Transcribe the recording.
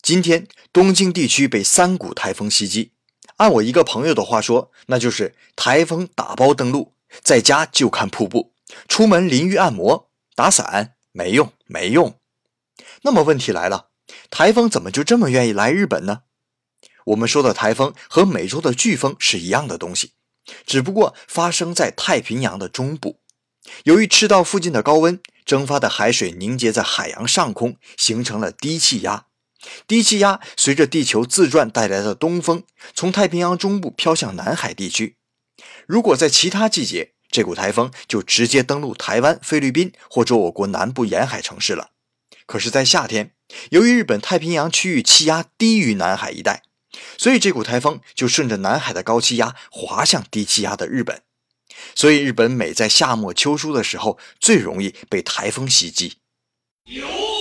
今天东京地区被3股台风袭击，按我一个朋友的话说，那就是台风打包登陆，在家就看瀑布，出门淋浴按摩，打伞没用没用。那么问题来了，台风怎么就这么愿意来日本呢？我们说的台风和美洲的飓风是一样的东西，只不过发生在太平洋的中部。由于赤道附近的高温，蒸发的海水凝结在海洋上空，形成了低气压。低气压随着地球自转带来的东风，从太平洋中部飘向南海地区。如果在其他季节，这股台风就直接登陆台湾、菲律宾或者我国南部沿海城市了。可是在夏天，由于日本太平洋区域气压低于南海一带，所以这股台风就顺着南海的高气压滑向低气压的日本。所以日本每在夏末秋初的时候最容易被台风袭击。